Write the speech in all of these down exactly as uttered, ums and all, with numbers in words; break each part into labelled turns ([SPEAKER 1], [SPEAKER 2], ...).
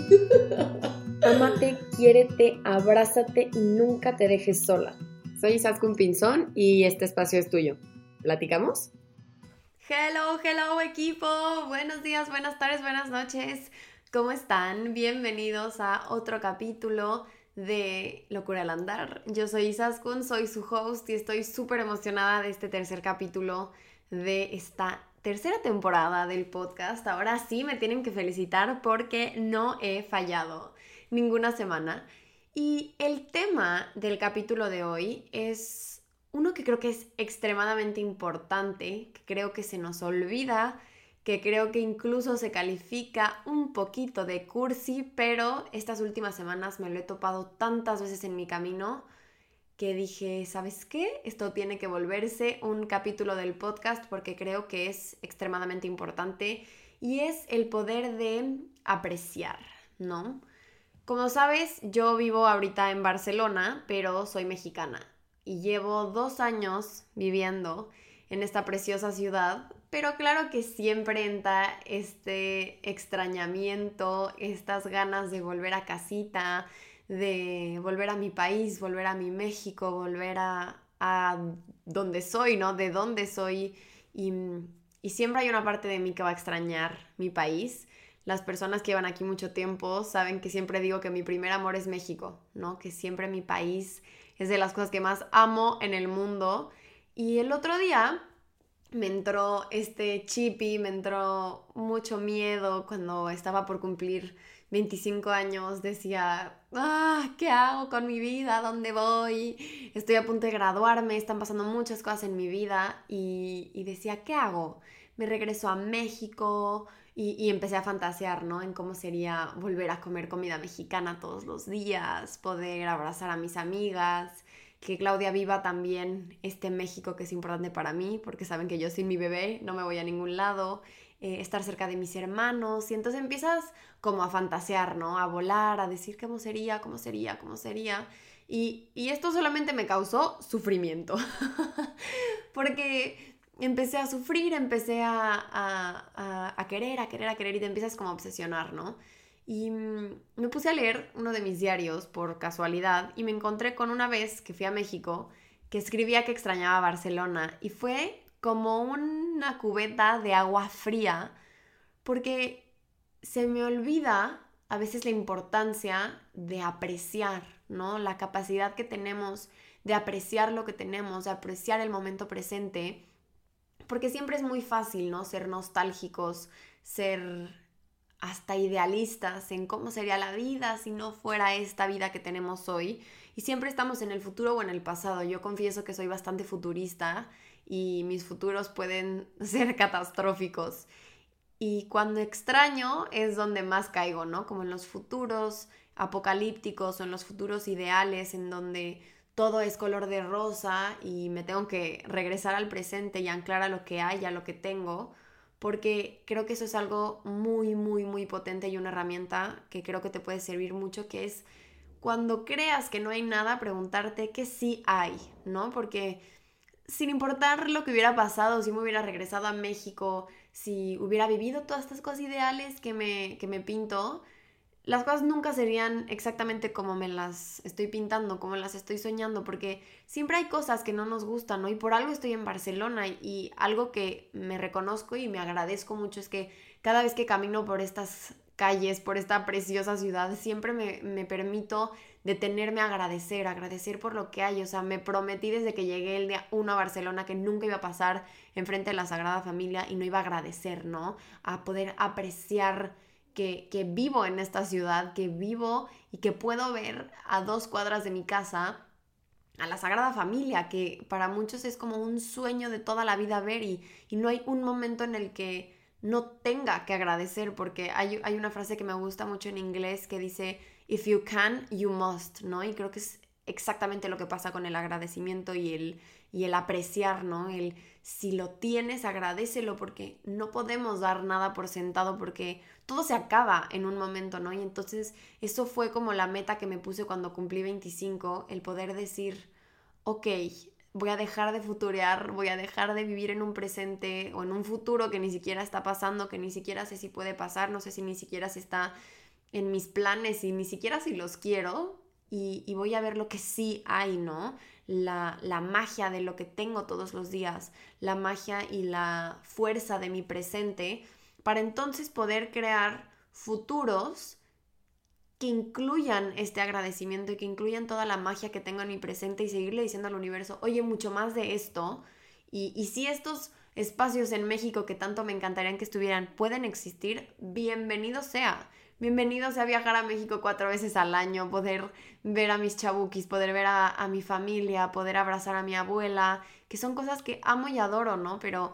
[SPEAKER 1] Ámate, quiérete, abrázate y nunca te dejes sola.
[SPEAKER 2] Soy Izaskun Pinzón y este espacio es tuyo. ¿Platicamos?
[SPEAKER 3] Hello, hello equipo. Buenos días, buenas tardes, buenas noches. ¿Cómo están? Bienvenidos a otro capítulo de Locura al Andar. Yo soy Izaskun, soy su host y estoy súper emocionada de este tercer capítulo de esta tercera temporada del podcast. Ahora sí me tienen que felicitar porque no he fallado ninguna semana. Y el tema del capítulo de hoy es uno que creo que es extremadamente importante, que creo que se nos olvida, que creo que incluso se califica un poquito de cursi, pero estas últimas semanas me lo he topado tantas veces en mi camino que dije, ¿sabes qué? Esto tiene que volverse un capítulo del podcast porque creo que es extremadamente importante y es el poder de apreciar, ¿no? Como sabes, yo vivo ahorita en Barcelona, pero soy mexicana y llevo dos años viviendo en esta preciosa ciudad, pero claro que siempre entra este extrañamiento, estas ganas de volver a casita, de volver a mi país, volver a mi México, volver a, a donde soy, ¿no? De dónde soy y, y siempre hay una parte de mí que va a extrañar mi país. Las personas que llevan aquí mucho tiempo saben que siempre digo que mi primer amor es México, ¿no? Que siempre mi país es de las cosas que más amo en el mundo. Y el otro día me entró este chipi, me entró mucho miedo cuando estaba por cumplir veinticinco años. Decía, ah, ¿qué hago con mi vida? ¿Dónde voy? Estoy a punto de graduarme, están pasando muchas cosas en mi vida. Y, y decía, ¿qué hago? Me regreso a México. Y, y empecé a fantasear, ¿no? En cómo sería volver a comer comida mexicana todos los días, poder abrazar a mis amigas, que Claudia viva también este México que es importante para mí, porque saben que yo sin mi bebé no me voy a ningún lado, eh, estar cerca de mis hermanos, y entonces empiezas como a fantasear, ¿no? A volar, a decir cómo sería, cómo sería, cómo sería, y, y esto solamente me causó sufrimiento, porque empecé a sufrir, empecé a, a, a, a querer, a querer, a querer y te empiezas como a obsesionar, ¿no? Y mmm, me puse a leer uno de mis diarios por casualidad y me encontré con una vez que fui a México que escribía que extrañaba Barcelona y fue como una cubeta de agua fría porque se me olvida a veces la importancia de apreciar, ¿no? La capacidad que tenemos de apreciar lo que tenemos, de apreciar el momento presente. Porque siempre es muy fácil, ¿no? Ser nostálgicos, ser hasta idealistas en cómo sería la vida si no fuera esta vida que tenemos hoy. Y siempre estamos en el futuro o en el pasado. Yo confieso que soy bastante futurista y mis futuros pueden ser catastróficos. Y cuando extraño es donde más caigo, ¿no? Como en los futuros apocalípticos o en los futuros ideales en donde todo es color de rosa y me tengo que regresar al presente y anclar a lo que hay, a lo que tengo, porque creo que eso es algo muy, muy, muy potente y una herramienta que creo que te puede servir mucho, que es cuando creas que no hay nada, preguntarte qué sí hay, ¿no? Porque sin importar lo que hubiera pasado, si me hubiera regresado a México, si hubiera vivido todas estas cosas ideales que me, que me pinto, las cosas nunca serían exactamente como me las estoy pintando, como las estoy soñando, porque siempre hay cosas que no nos gustan, ¿no? Y por algo estoy en Barcelona y, y algo que me reconozco y me agradezco mucho es que cada vez que camino por estas calles, por esta preciosa ciudad, siempre me, me permito detenerme a agradecer, agradecer por lo que hay. O sea, me prometí desde que llegué el día uno a Barcelona que nunca iba a pasar enfrente de la Sagrada Familia y no iba a agradecer, ¿no? A poder apreciar Que, que vivo en esta ciudad, que vivo y que puedo ver a dos cuadras de mi casa a la Sagrada Familia, que para muchos es como un sueño de toda la vida ver y, y no hay un momento en el que no tenga que agradecer, porque hay, hay una frase que me gusta mucho en inglés que dice if you can, you must, ¿no? Y creo que es exactamente lo que pasa con el agradecimiento y el, y el apreciar, ¿no? El si lo tienes, agradécelo, porque no podemos dar nada por sentado, porque todo se acaba en un momento, ¿no? Y entonces eso fue como la meta que me puse cuando cumplí veinticinco, el poder decir, ok, voy a dejar de futurear, voy a dejar de vivir en un presente o en un futuro que ni siquiera está pasando, que ni siquiera sé si puede pasar, no sé si ni siquiera se está en mis planes y ni siquiera si los quiero y, y voy a ver lo que sí hay, ¿no? La, la magia de lo que tengo todos los días, la magia y la fuerza de mi presente, para entonces poder crear futuros que incluyan este agradecimiento y que incluyan toda la magia que tengo en mi presente y seguirle diciendo al universo, oye, mucho más de esto. Y, y si estos espacios en México que tanto me encantarían que estuvieran pueden existir, bienvenido sea. Bienvenido sea viajar a México cuatro veces al año, poder ver a mis chabukis, poder ver a, a mi familia, poder abrazar a mi abuela, que son cosas que amo y adoro, ¿no? Pero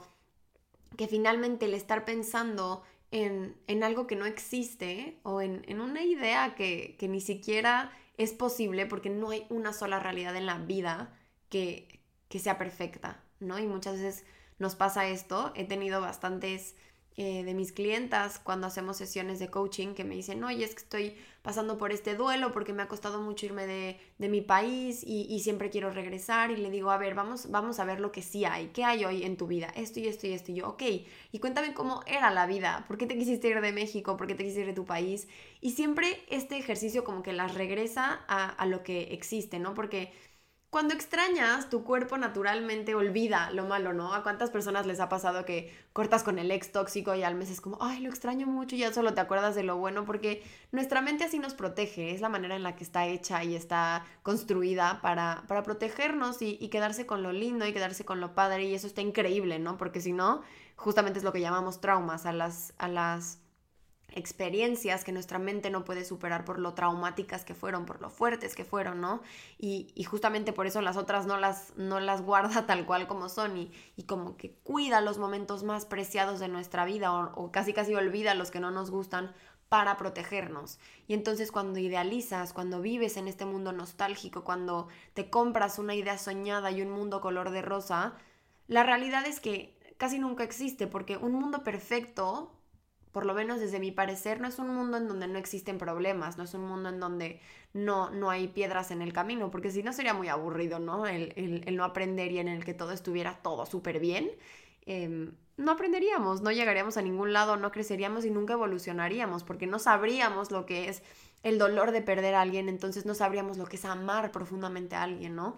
[SPEAKER 3] que finalmente el estar pensando en, en algo que no existe o en, en una idea que, que ni siquiera es posible porque no hay una sola realidad en la vida que, que sea perfecta, ¿no? Y muchas veces nos pasa esto. He tenido bastantes eh, de mis clientas cuando hacemos sesiones de coaching que me dicen, oye, es que estoy pasando por este duelo porque me ha costado mucho irme de, de mi país y, y siempre quiero regresar. Y le digo, a ver, vamos, vamos a ver lo que sí hay. ¿Qué hay hoy en tu vida? Esto y esto y esto. Y yo, ok, y cuéntame cómo era la vida. ¿Por qué te quisiste ir de México? ¿Por qué te quisiste ir de tu país? Y siempre este ejercicio como que las regresa a, a lo que existe, ¿no? Porque cuando extrañas, tu cuerpo naturalmente olvida lo malo, ¿no? ¿A cuántas personas les ha pasado que cortas con el ex tóxico y al mes es como, ay, lo extraño mucho y ya solo te acuerdas de lo bueno? Porque nuestra mente así nos protege, es la manera en la que está hecha y está construida para, para protegernos y, y quedarse con lo lindo y quedarse con lo padre, y eso está increíble, ¿no? Porque si no, justamente es lo que llamamos traumas, a las... A las experiencias que nuestra mente no puede superar por lo traumáticas que fueron, por lo fuertes que fueron, ¿no? Y, y justamente por eso las otras no las, no las guarda tal cual como son y, y como que cuida los momentos más preciados de nuestra vida o, o casi casi olvida los que no nos gustan para protegernos. Y entonces cuando idealizas, cuando vives en este mundo nostálgico, cuando te compras una idea soñada y un mundo color de rosa, la realidad es que casi nunca existe, porque un mundo perfecto, por lo menos desde mi parecer, no es un mundo en donde no existen problemas, no es un mundo en donde no, no hay piedras en el camino, porque si no sería muy aburrido, ¿no? El, el, el no aprender y en el que todo estuviera todo súper bien. Eh, no aprenderíamos, no llegaríamos a ningún lado, no creceríamos y nunca evolucionaríamos, porque no sabríamos lo que es el dolor de perder a alguien, entonces no sabríamos lo que es amar profundamente a alguien, ¿no?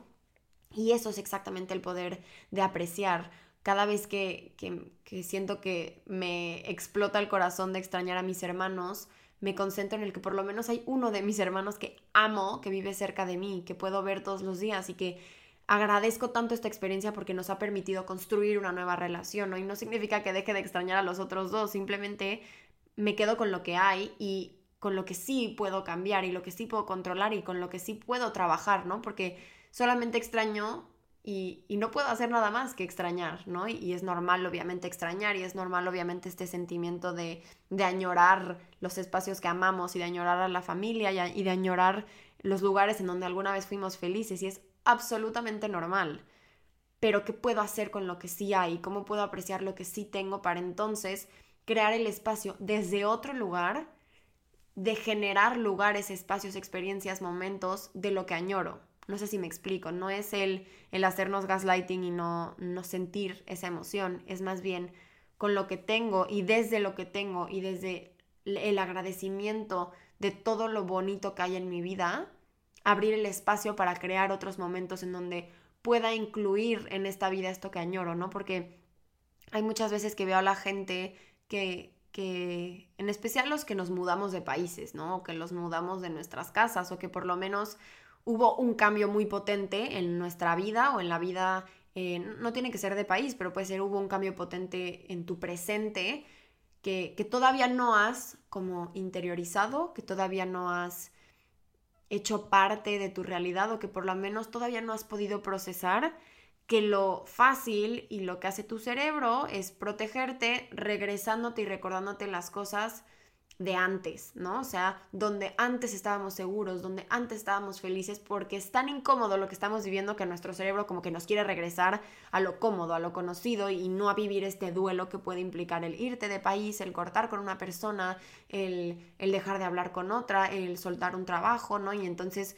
[SPEAKER 3] Y eso es exactamente el poder de apreciar. Cada vez que, que, que siento que me explota el corazón de extrañar a mis hermanos, me concentro en el que por lo menos hay uno de mis hermanos que amo, que vive cerca de mí, que puedo ver todos los días y que agradezco tanto esta experiencia porque nos ha permitido construir una nueva relación, ¿no? Y no significa que deje de extrañar a los otros dos, simplemente me quedo con lo que hay y con lo que sí puedo cambiar y lo que sí puedo controlar y con lo que sí puedo trabajar, ¿no? Porque solamente extraño y, y no puedo hacer nada más que extrañar, ¿no? Y, y es normal obviamente extrañar y es normal obviamente este sentimiento de, de añorar los espacios que amamos y de añorar a la familia y, y de añorar los lugares en donde alguna vez fuimos felices, y es absolutamente normal. Pero ¿qué puedo hacer con lo que sí hay? ¿Cómo puedo apreciar lo que sí tengo para entonces crear el espacio desde otro lugar, de generar lugares, espacios, experiencias, momentos de lo que añoro? No sé si me explico, no es el, el hacernos gaslighting y no, no sentir esa emoción, es más bien con lo que tengo y desde lo que tengo y desde el agradecimiento de todo lo bonito que hay en mi vida, abrir el espacio para crear otros momentos en donde pueda incluir en esta vida esto que añoro, ¿no? Porque hay muchas veces que veo a la gente que... que en especial los que nos mudamos de países, ¿no? O que los mudamos de nuestras casas o que por lo menos hubo un cambio muy potente en nuestra vida o en la vida, eh, no tiene que ser de país, pero puede ser hubo un cambio potente en tu presente que, que todavía no has como interiorizado, que todavía no has hecho parte de tu realidad o que por lo menos todavía no has podido procesar, que lo fácil y lo que hace tu cerebro es protegerte regresándote y recordándote las cosas de antes, ¿no? O sea, donde antes estábamos seguros, donde antes estábamos felices, porque es tan incómodo lo que estamos viviendo que nuestro cerebro como que nos quiere regresar a lo cómodo, a lo conocido y no a vivir este duelo que puede implicar el irte de país, el cortar con una persona, el, el dejar de hablar con otra, el soltar un trabajo, ¿no? Y entonces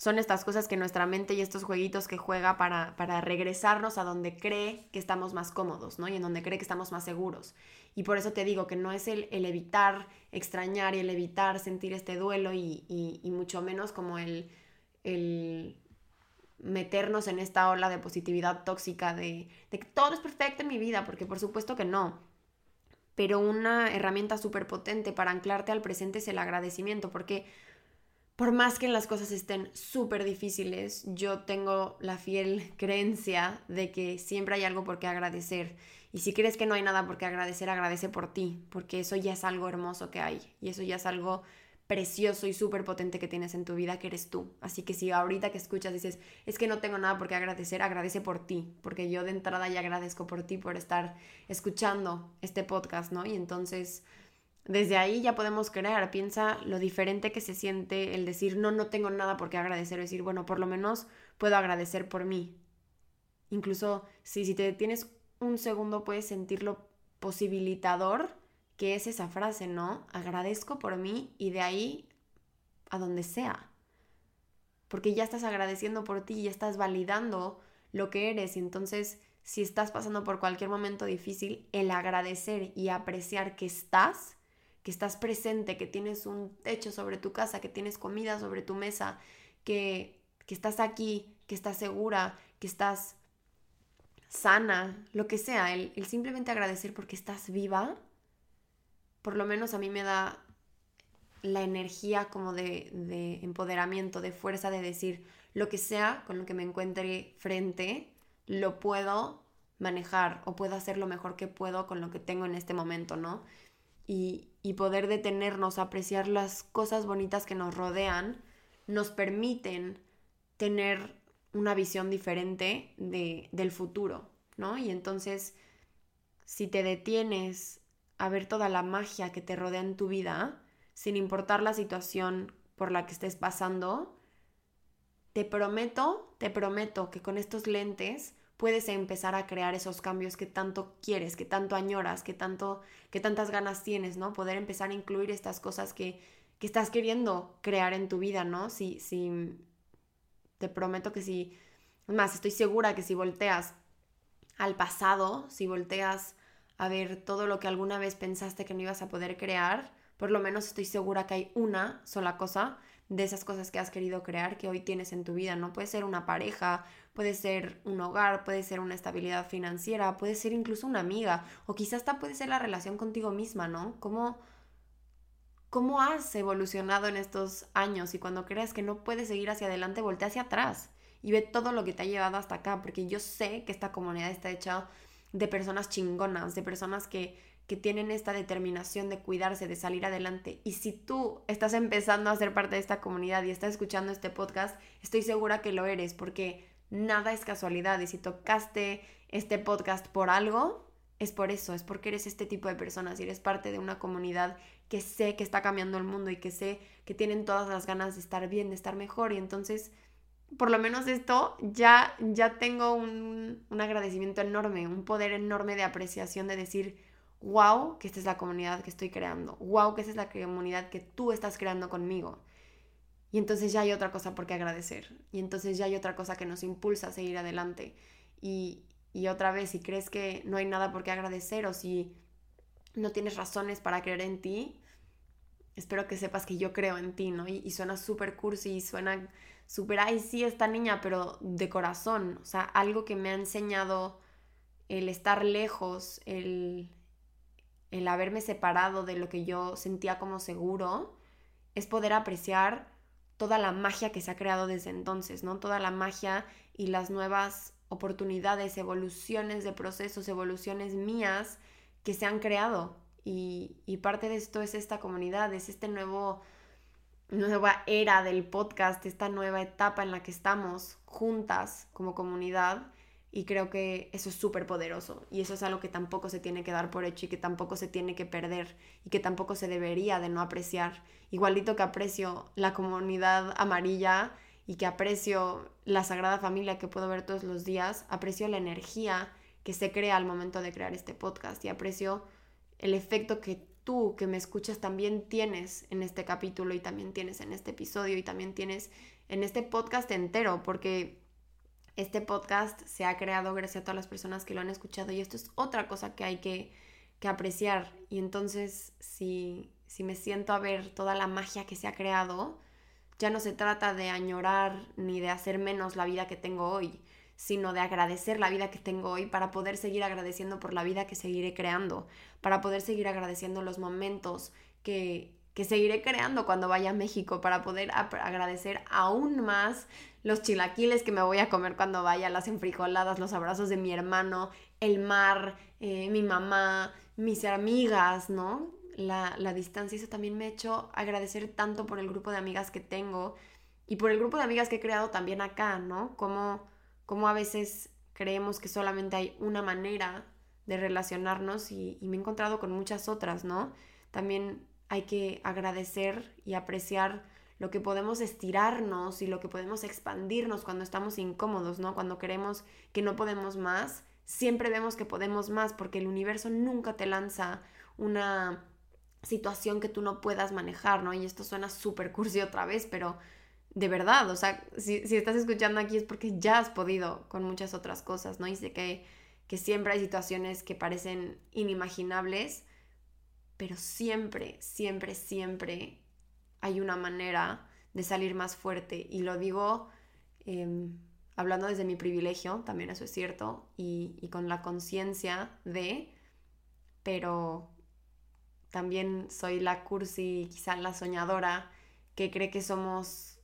[SPEAKER 3] son estas cosas que nuestra mente y estos jueguitos que juega para, para regresarnos a donde cree que estamos más cómodos, ¿no? Y en donde cree que estamos más seguros. Y por eso te digo que no es el, el evitar extrañar y el evitar sentir este duelo y, y, y mucho menos como el, el meternos en esta ola de positividad tóxica de, de que todo es perfecto en mi vida, porque por supuesto que no. Pero una herramienta súper potente para anclarte al presente es el agradecimiento, porque por más que las cosas estén súper difíciles, yo tengo la fiel creencia de que siempre hay algo por qué agradecer. Y si crees que no hay nada por qué agradecer, agradece por ti, porque eso ya es algo hermoso que hay. Y eso ya es algo precioso y súper potente que tienes en tu vida, que eres tú. Así que si ahorita que escuchas dices, es que no tengo nada por qué agradecer, agradece por ti. Porque yo de entrada ya agradezco por ti, por estar escuchando este podcast, ¿no? Y entonces desde ahí ya podemos crear. Piensa lo diferente que se siente el decir, no, no tengo nada por qué agradecer. O decir, bueno, por lo menos puedo agradecer por mí. Incluso si, si te detienes un segundo puedes sentir lo posibilitador que es esa frase, ¿no? Agradezco por mí y de ahí a donde sea. Porque ya estás agradeciendo por ti, ya estás validando lo que eres. Y entonces, si estás pasando por cualquier momento difícil, el agradecer y apreciar que estás, que estás presente, que tienes un techo sobre tu casa, que tienes comida sobre tu mesa, que, que estás aquí, que estás segura, que estás sana, lo que sea, el, el simplemente agradecer porque estás viva, por lo menos a mí me da la energía como de, de empoderamiento, de fuerza, de decir lo que sea con lo que me encuentre frente, lo puedo manejar o puedo hacer lo mejor que puedo con lo que tengo en este momento, ¿no? Y, y poder detenernos, apreciar las cosas bonitas que nos rodean, nos permiten tener una visión diferente de, del futuro, ¿no? Y entonces, si te detienes a ver toda la magia que te rodea en tu vida, sin importar la situación por la que estés pasando, te prometo, te prometo que con estos lentes puedes empezar a crear esos cambios que tanto quieres, que tanto añoras, que, tanto, que tantas ganas tienes, ¿no? Poder empezar a incluir estas cosas que, que estás queriendo crear en tu vida, ¿no? Si, si, te prometo que si, más, estoy segura que si volteas al pasado, si volteas a ver todo lo que alguna vez pensaste que no ibas a poder crear, por lo menos estoy segura que hay una sola cosa de esas cosas que has querido crear que hoy tienes en tu vida, ¿no? Puede ser una pareja, puede ser un hogar, puede ser una estabilidad financiera, puede ser incluso una amiga, o quizás hasta puede ser la relación contigo misma, ¿no? ¿Cómo, cómo has evolucionado en estos años? Y cuando creas que no puedes seguir hacia adelante, voltea hacia atrás y ve todo lo que te ha llevado hasta acá, porque yo sé que esta comunidad está hecha de personas chingonas, de personas que, que tienen esta determinación de cuidarse, de salir adelante. Y si tú estás empezando a ser parte de esta comunidad y estás escuchando este podcast, estoy segura que lo eres, porque nada es casualidad. Y si tocaste este podcast por algo, es por eso, es porque eres este tipo de personas y eres parte de una comunidad que sé que está cambiando el mundo y que sé que tienen todas las ganas de estar bien, de estar mejor. Y entonces, por lo menos esto, ya, ya tengo un, un agradecimiento enorme, un poder enorme de apreciación de decir, wow, que esta es la comunidad que estoy creando, wow, que esta es la comunidad que tú estás creando conmigo. Y entonces ya hay otra cosa por qué agradecer, y entonces ya hay otra cosa que nos impulsa a seguir adelante. Y, y otra vez, si crees que no hay nada por qué agradecer o si no tienes razones para creer en ti, espero que sepas que yo creo en ti, ¿no? Y, y suena súper cursi, y suena súper, ay, sí, esta niña, pero de corazón. O sea, algo que me ha enseñado el estar lejos, el, el haberme separado de lo que yo sentía como seguro, es poder apreciar toda la magia que se ha creado desde entonces, ¿no? Toda la magia y las nuevas oportunidades, evoluciones de procesos, evoluciones mías que se han creado. Y, y parte de esto es esta comunidad, es este nuevo, nueva era del podcast, esta nueva etapa en la que estamos juntas como comunidad. Y creo que eso es súper poderoso y eso es algo que tampoco se tiene que dar por hecho y que tampoco se tiene que perder y que tampoco se debería de no apreciar. Igualito que aprecio la comunidad amarilla y que aprecio la Sagrada Familia que puedo ver todos los días, aprecio la energía que se crea al momento de crear este podcast y aprecio el efecto que tú que me escuchas también tienes en este capítulo y también tienes en este episodio y también tienes en este podcast entero, porque este podcast se ha creado gracias a todas las personas que lo han escuchado y esto es otra cosa que hay que, que apreciar. Y entonces, si, si me siento a ver toda la magia que se ha creado, ya no se trata de añorar ni de hacer menos la vida que tengo hoy, sino de agradecer la vida que tengo hoy para poder seguir agradeciendo por la vida que seguiré creando, para poder seguir agradeciendo los momentos que, que seguiré creando cuando vaya a México, para poder ap- agradecer aún más los chilaquiles que me voy a comer cuando vaya, las enfrijoladas, los abrazos de mi hermano, el mar, eh, mi mamá, mis amigas, ¿no? La, la distancia, eso también me ha hecho agradecer tanto por el grupo de amigas que tengo y por el grupo de amigas que he creado también acá, ¿no? Como, como a veces creemos que solamente hay una manera de relacionarnos y, y me he encontrado con muchas otras, ¿no? También hay que agradecer y apreciar lo que podemos estirarnos y lo que podemos expandirnos cuando estamos incómodos, ¿no? Cuando queremos que no podemos más, siempre vemos que podemos más porque el universo nunca te lanza una situación que tú no puedas manejar, ¿no? Y esto suena súper cursi otra vez, pero de verdad, o sea, si, si estás escuchando aquí es porque ya has podido con muchas otras cosas, ¿no? Y sé que, que siempre hay situaciones que parecen inimaginables, pero siempre, siempre, siempre hay una manera de salir más fuerte. Y lo digo eh, hablando desde mi privilegio, también eso es cierto, y, y con la conciencia de, pero también soy la cursi, quizá la soñadora, que cree que somos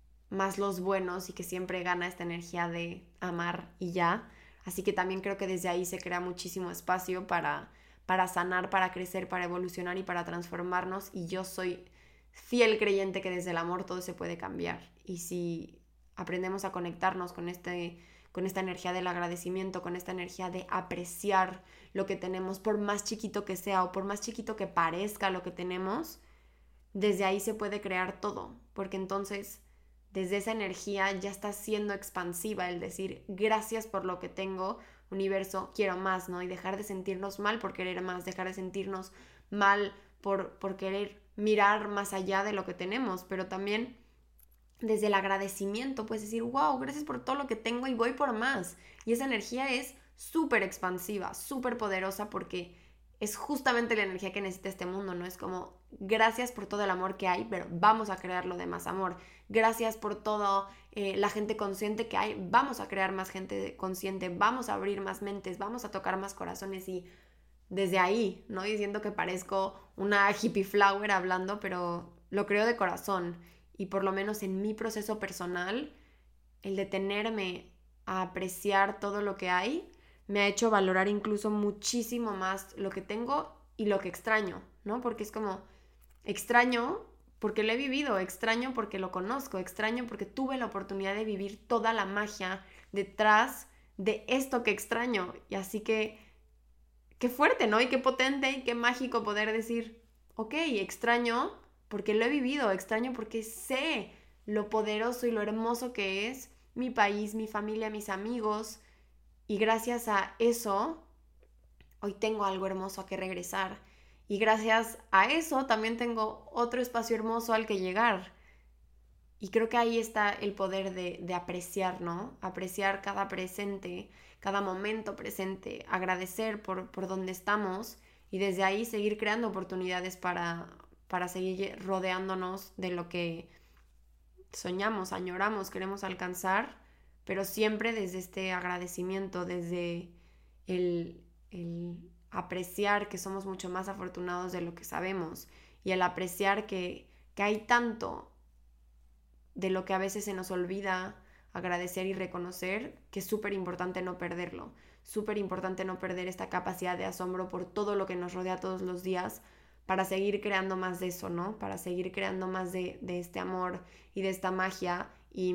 [SPEAKER 3] más los buenos y que siempre gana esta energía de amar y ya. Así que también creo que desde ahí se crea muchísimo espacio para, para sanar, para crecer, para evolucionar y para transformarnos. Y yo soy fiel creyente que desde el amor todo se puede cambiar. Y si aprendemos a conectarnos con este... con esta energía del agradecimiento, con esta energía de apreciar lo que tenemos, por más chiquito que sea o por más chiquito que parezca lo que tenemos, desde ahí se puede crear todo, porque entonces desde esa energía ya está siendo expansiva el decir gracias por lo que tengo, universo, quiero más, ¿no? Y dejar de sentirnos mal por querer más, dejar de sentirnos mal por, por querer mirar más allá de lo que tenemos, pero también desde el agradecimiento puedes decir, wow, gracias por todo lo que tengo y voy por más. Y esa energía es súper expansiva, súper poderosa porque es justamente la energía que necesita este mundo, ¿no? Es como, gracias por todo el amor que hay, pero vamos a crearlo de más amor. Gracias por toda eh, la gente consciente que hay, vamos a crear más gente consciente, vamos a abrir más mentes, vamos a tocar más corazones y desde ahí, ¿no? Diciendo que parezco una hippie flower hablando, pero lo creo de corazón. Y por lo menos en mi proceso personal, el detenerme a apreciar todo lo que hay, me ha hecho valorar incluso muchísimo más lo que tengo y lo que extraño, ¿no? Porque es como, extraño porque lo he vivido, extraño porque lo conozco, extraño porque tuve la oportunidad de vivir toda la magia detrás de esto que extraño. Y así que, qué fuerte, ¿no? Y qué potente y qué mágico poder decir, ok, extraño porque lo he vivido, extraño porque sé lo poderoso y lo hermoso que es mi país, mi familia, mis amigos, y gracias a eso hoy tengo algo hermoso a que regresar, y gracias a eso también tengo otro espacio hermoso al que llegar, y creo que ahí está el poder de, de apreciar, ¿no? Apreciar cada presente, cada momento presente, agradecer por, por donde estamos, y desde ahí seguir creando oportunidades para para seguir rodeándonos de lo que soñamos, añoramos, queremos alcanzar, pero siempre desde este agradecimiento, desde el, el apreciar que somos mucho más afortunados de lo que sabemos y el apreciar que, que hay tanto de lo que a veces se nos olvida agradecer y reconocer, que es súper importante no perderlo, súper importante no perder esta capacidad de asombro por todo lo que nos rodea todos los días, para seguir creando más de eso, ¿no? Para seguir creando más de, de este amor y de esta magia y,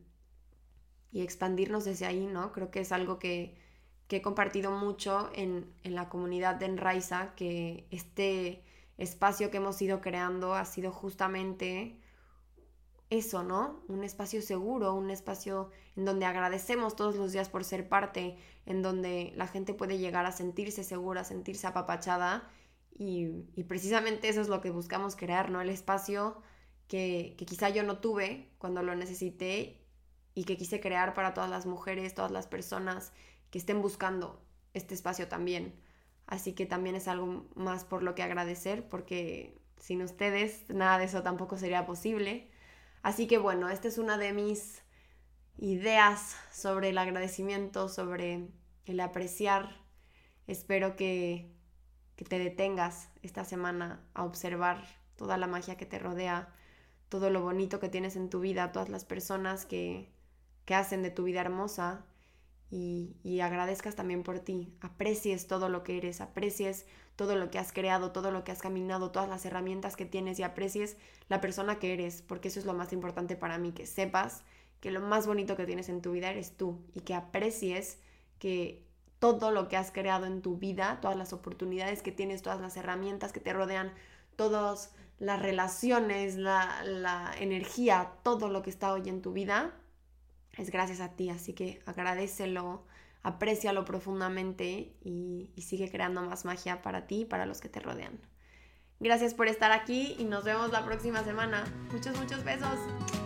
[SPEAKER 3] y expandirnos desde ahí, ¿no? Creo que es algo que, que he compartido mucho en, en la comunidad de Enraiza, que este espacio que hemos ido creando ha sido justamente eso, ¿no? Un espacio seguro, un espacio en donde agradecemos todos los días por ser parte, en donde la gente puede llegar a sentirse segura, a sentirse apapachada. Y, y precisamente eso es lo que buscamos crear, ¿no? El espacio que, que quizá yo no tuve cuando lo necesité y que quise crear para todas las mujeres, todas las personas que estén buscando este espacio también. Así que también es algo más por lo que agradecer, porque sin ustedes nada de eso tampoco sería posible. Así que bueno, esta es una de mis ideas sobre el agradecimiento, sobre el apreciar. Espero que, que te detengas esta semana a observar toda la magia que te rodea, todo lo bonito que tienes en tu vida, todas las personas que, que hacen de tu vida hermosa. Y, y agradezcas también por ti, aprecies todo lo que eres, aprecies todo lo que has creado, todo lo que has caminado, todas las herramientas que tienes y aprecies la persona que eres, porque eso es lo más importante para mí, que sepas que lo más bonito que tienes en tu vida eres tú y que aprecies que todo lo que has creado en tu vida, todas las oportunidades que tienes, todas las herramientas que te rodean, todas las relaciones, la, la energía, todo lo que está hoy en tu vida, es gracias a ti, así que agradécelo, aprécialo profundamente y, y sigue creando más magia para ti y para los que te rodean. Gracias por estar aquí y nos vemos la próxima semana. Muchos, muchos besos.